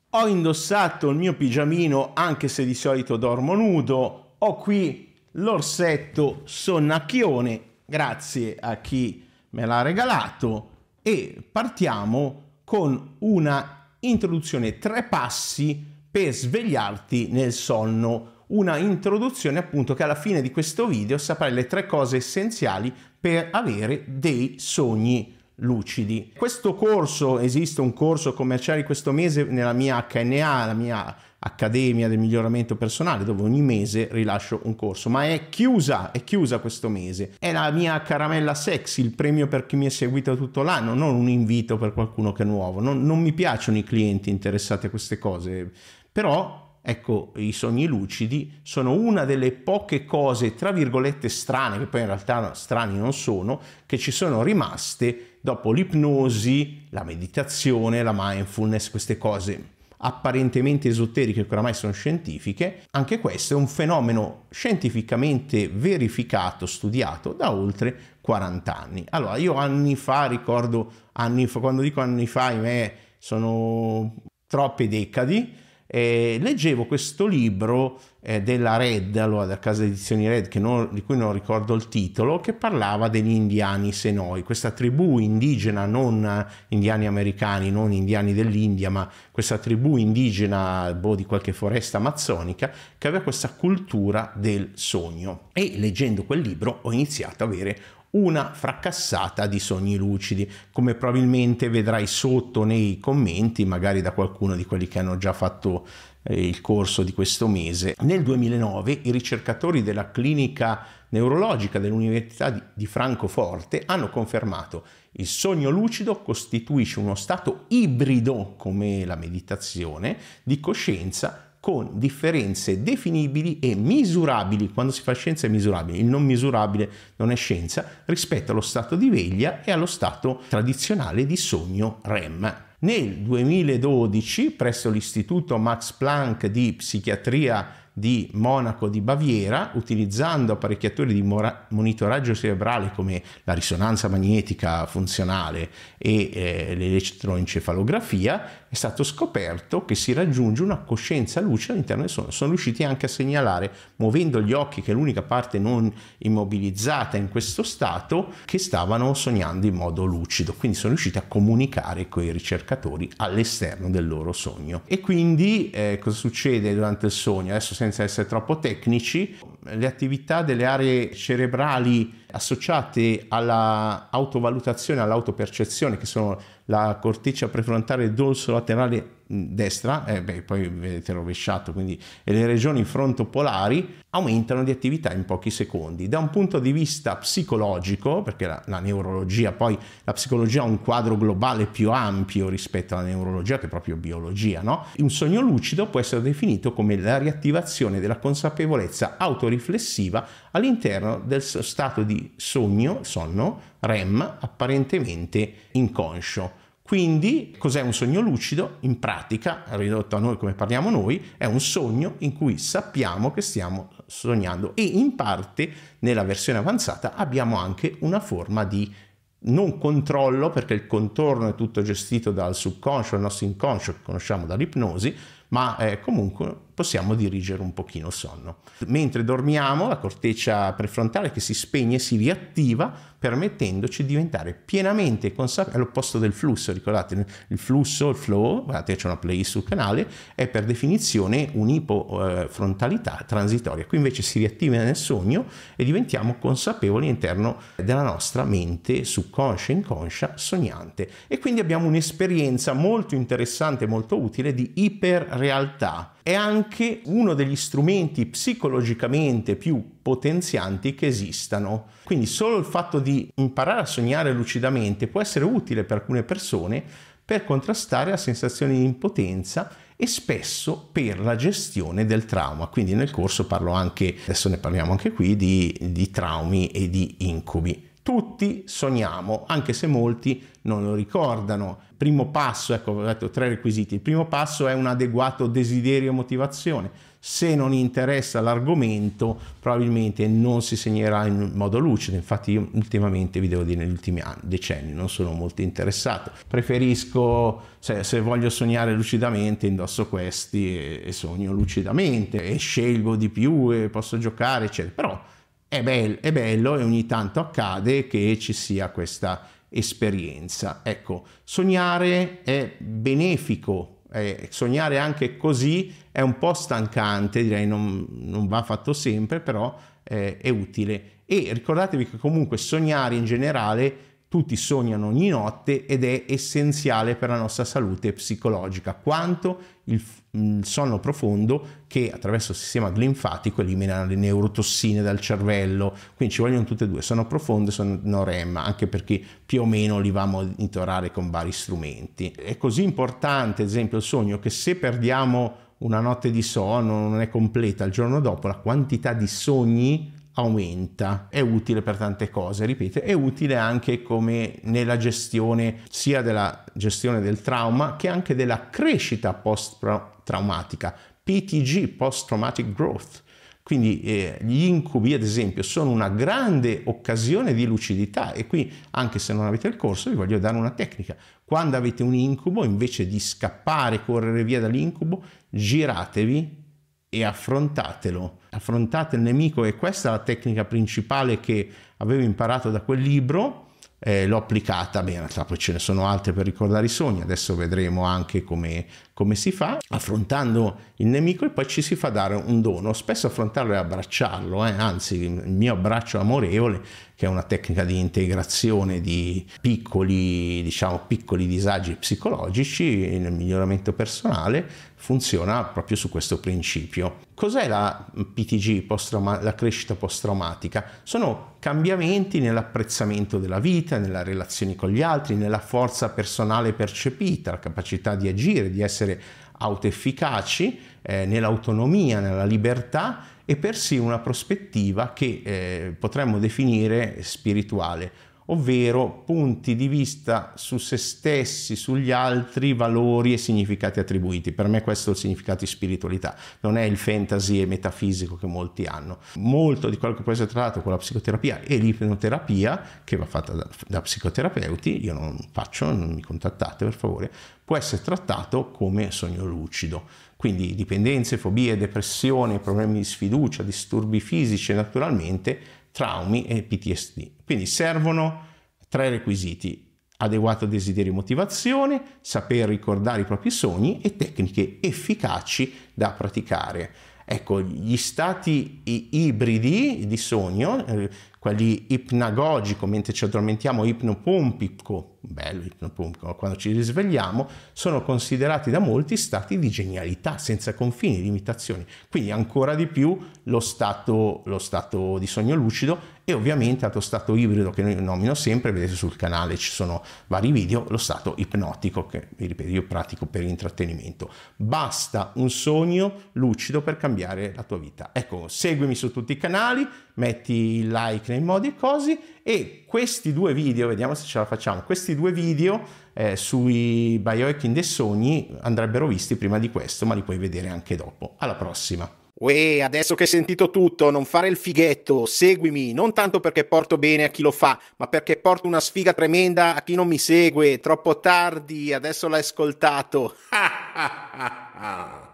Ho indossato il mio pigiamino anche se di solito dormo nudo. Ho qui l'orsetto sonnacchione, grazie a chi me l'ha regalato, e partiamo con una introduzione 3 passi per svegliarti nel sonno. Una introduzione appunto che alla fine di questo video saprai le 3 cose essenziali per avere dei sogni lucidi. Questo corso, esiste un corso commerciale questo mese nella mia HNA, la mia Accademia del Miglioramento Personale, dove ogni mese rilascio un corso, ma è chiusa questo mese. È la mia caramella sexy, il premio per chi mi ha seguito tutto l'anno, non un invito per qualcuno che è nuovo. Non mi piacciono i clienti interessati a queste cose, però ecco, i sogni lucidi sono una delle poche cose, tra virgolette, strane, che poi in realtà strani non sono, che ci sono rimaste dopo l'ipnosi, la meditazione, la mindfulness, queste cose apparentemente esoteriche che oramai sono scientifiche. Anche questo è un fenomeno scientificamente verificato, studiato da oltre 40 anni. Allora, io anni fa, ricordo anni fa, quando dico anni fa, sono troppe decadi, leggevo questo libro della Red, allora della casa edizioni Red, di cui non ricordo il titolo, che parlava degli indiani Senoi, questa tribù indigena, non indiani americani, non indiani dell'India, ma questa tribù indigena di qualche foresta amazzonica che aveva questa cultura del sogno. E leggendo quel libro ho iniziato a avere una fracassata di sogni lucidi, come probabilmente vedrai sotto nei commenti, magari da qualcuno di quelli che hanno già fatto il corso di questo mese. Nel 2009 i ricercatori della clinica neurologica dell'Università di Francoforte hanno confermato: il sogno lucido costituisce uno stato ibrido, come la meditazione, di coscienza con differenze definibili e misurabili. Quando si fa scienza è misurabile, il non misurabile non è scienza, rispetto allo stato di veglia e allo stato tradizionale di sogno REM. Nel 2012, presso l'Istituto Max Planck di Psichiatria di Monaco di Baviera, utilizzando apparecchiature di monitoraggio cerebrale come la risonanza magnetica funzionale e l'elettroencefalografia, è stato scoperto che si raggiunge una coscienza lucida all'interno del sonno. Sono riusciti anche a segnalare, muovendo gli occhi, che è l'unica parte non immobilizzata in questo stato, che stavano sognando in modo lucido. Quindi sono riusciti a comunicare con i ricercatori all'esterno del loro sogno. E quindi cosa succede durante il sogno? Adesso, senza essere troppo tecnici, le attività delle aree cerebrali associate alla autovalutazione, all'autopercezione, che sono la corteccia prefrontale dorso-laterale destra, poi vedete rovesciato, quindi, e le regioni frontopolari, aumentano di attività in pochi secondi. Da un punto di vista psicologico, perché la neurologia, poi la psicologia ha un quadro globale più ampio rispetto alla neurologia, che è proprio biologia, no? Un sogno lucido può essere definito come la riattivazione della consapevolezza autoriflessiva all'interno del stato di sonno REM apparentemente inconscio. Quindi, cos'è un sogno lucido? In pratica, ridotto a noi come parliamo noi, è un sogno in cui sappiamo che stiamo sognando, e in parte, nella versione avanzata, abbiamo anche una forma di non controllo, perché il contorno è tutto gestito dal subconscio, il nostro inconscio, che conosciamo dall'ipnosi, ma comunque possiamo dirigere un pochino il sonno. Mentre dormiamo, la corteccia prefrontale, che si spegne, si riattiva, permettendoci di diventare pienamente consapevoli. È l'opposto del flusso, ricordate, il flusso, il flow, guardate, c'è una playlist sul canale, è per definizione un'ipofrontalità transitoria. Qui invece si riattiva nel sogno e diventiamo consapevoli all'interno della nostra mente subconscia, inconscia, sognante. E quindi abbiamo un'esperienza molto interessante, molto utile di iperrealtà. È anche uno degli strumenti psicologicamente più potenzianti che esistano. Quindi solo il fatto di imparare a sognare lucidamente può essere utile per alcune persone per contrastare la sensazione di impotenza e spesso per la gestione del trauma. Quindi nel corso parlo anche, adesso ne parliamo anche qui, di traumi e di incubi. tutti sogniamo, anche se molti non lo ricordano. Primo passo, ecco, ho detto 3 requisiti. Il primo passo è un adeguato desiderio e motivazione. Se non interessa l'argomento, probabilmente non si segnerà in modo lucido. Infatti io ultimamente, vi devo dire, negli ultimi decenni non sono molto interessato. Preferisco, se voglio sognare lucidamente, indosso questi e sogno lucidamente e scelgo di più e posso giocare, eccetera. Però è bello e ogni tanto accade che ci sia questa esperienza. Ecco, sognare è benefico, sognare anche così è un po' stancante, direi non va fatto sempre, però è utile. E ricordatevi che comunque sognare in generale, tutti sognano ogni notte ed è essenziale per la nostra salute psicologica, quanto il sonno profondo, che attraverso il sistema linfatico elimina le neurotossine dal cervello. Quindi ci vogliono tutte e due, sonno profondo e sonno REM, anche perché più o meno li va a monitorare con vari strumenti. È così importante, ad esempio, il sogno, che se perdiamo una notte di sonno, non è completa il giorno dopo, la quantità di sogni aumenta. È utile per tante cose, ripeto, è utile anche come nella gestione sia della gestione del trauma che anche della crescita post-traumatica, PTG, Post Traumatic Growth. Quindi gli incubi, ad esempio, sono una grande occasione di lucidità, e qui, anche se non avete il corso, vi voglio dare una tecnica. Quando avete un incubo, invece di scappare, correre via dall'incubo, giratevi e affrontatelo. Affrontate il nemico, e questa è la tecnica principale che avevo imparato da quel libro. L'ho applicata bene, poi ce ne sono altre per ricordare i sogni, adesso vedremo anche come si fa, affrontando il nemico, e poi ci si fa dare un dono. Spesso affrontarlo è abbracciarlo, anzi il mio abbraccio amorevole, che è una tecnica di integrazione di piccoli disagi psicologici nel miglioramento personale, funziona proprio su questo principio. Cos'è la PTG, la crescita post-traumatica? Sono cambiamenti nell'apprezzamento della vita, nelle relazioni con gli altri, nella forza personale percepita, la capacità di agire, di essere autoefficaci, nell'autonomia, nella libertà, e persino una prospettiva che potremmo definire spirituale, ovvero punti di vista su se stessi, sugli altri, valori e significati attribuiti. Per me questo è il significato di spiritualità, non è il fantasy e metafisico che molti hanno. Molto di quello che può essere trattato con la psicoterapia e l'ipnoterapia, che va fatta da psicoterapeuti, io non mi contattate per favore, può essere trattato come sogno lucido. Quindi dipendenze, fobie, depressione, problemi di sfiducia, disturbi fisici e naturalmente traumi e PTSD. Quindi servono 3 requisiti: adeguato desiderio e motivazione, saper ricordare i propri sogni e tecniche efficaci da praticare. Ecco, gli stati ibridi di sogno, quelli ipnagogico, mentre ci addormentiamo, ipnopompico, bello ipnopompico, quando ci risvegliamo, sono considerati da molti stati di genialità, senza confini, limitazioni. Quindi ancora di più lo stato di sogno lucido, e ovviamente altro stato ibrido che noi nomino sempre, vedete sul canale ci sono vari video, lo stato ipnotico, che vi ripeto io pratico per intrattenimento. Basta un sogno lucido per cambiare la tua vita. Ecco, seguimi su tutti i canali, metti il like nei modi e cosi, e questi 2 video, vediamo se ce la facciamo, questi 2 video sui biohacking dei sogni andrebbero visti prima di questo, ma li puoi vedere anche dopo. Alla prossima! Uè, adesso che hai sentito tutto, non fare il fighetto, seguimi, non tanto perché porto bene a chi lo fa, ma perché porto una sfiga tremenda a chi non mi segue. Troppo tardi, adesso l'hai ascoltato.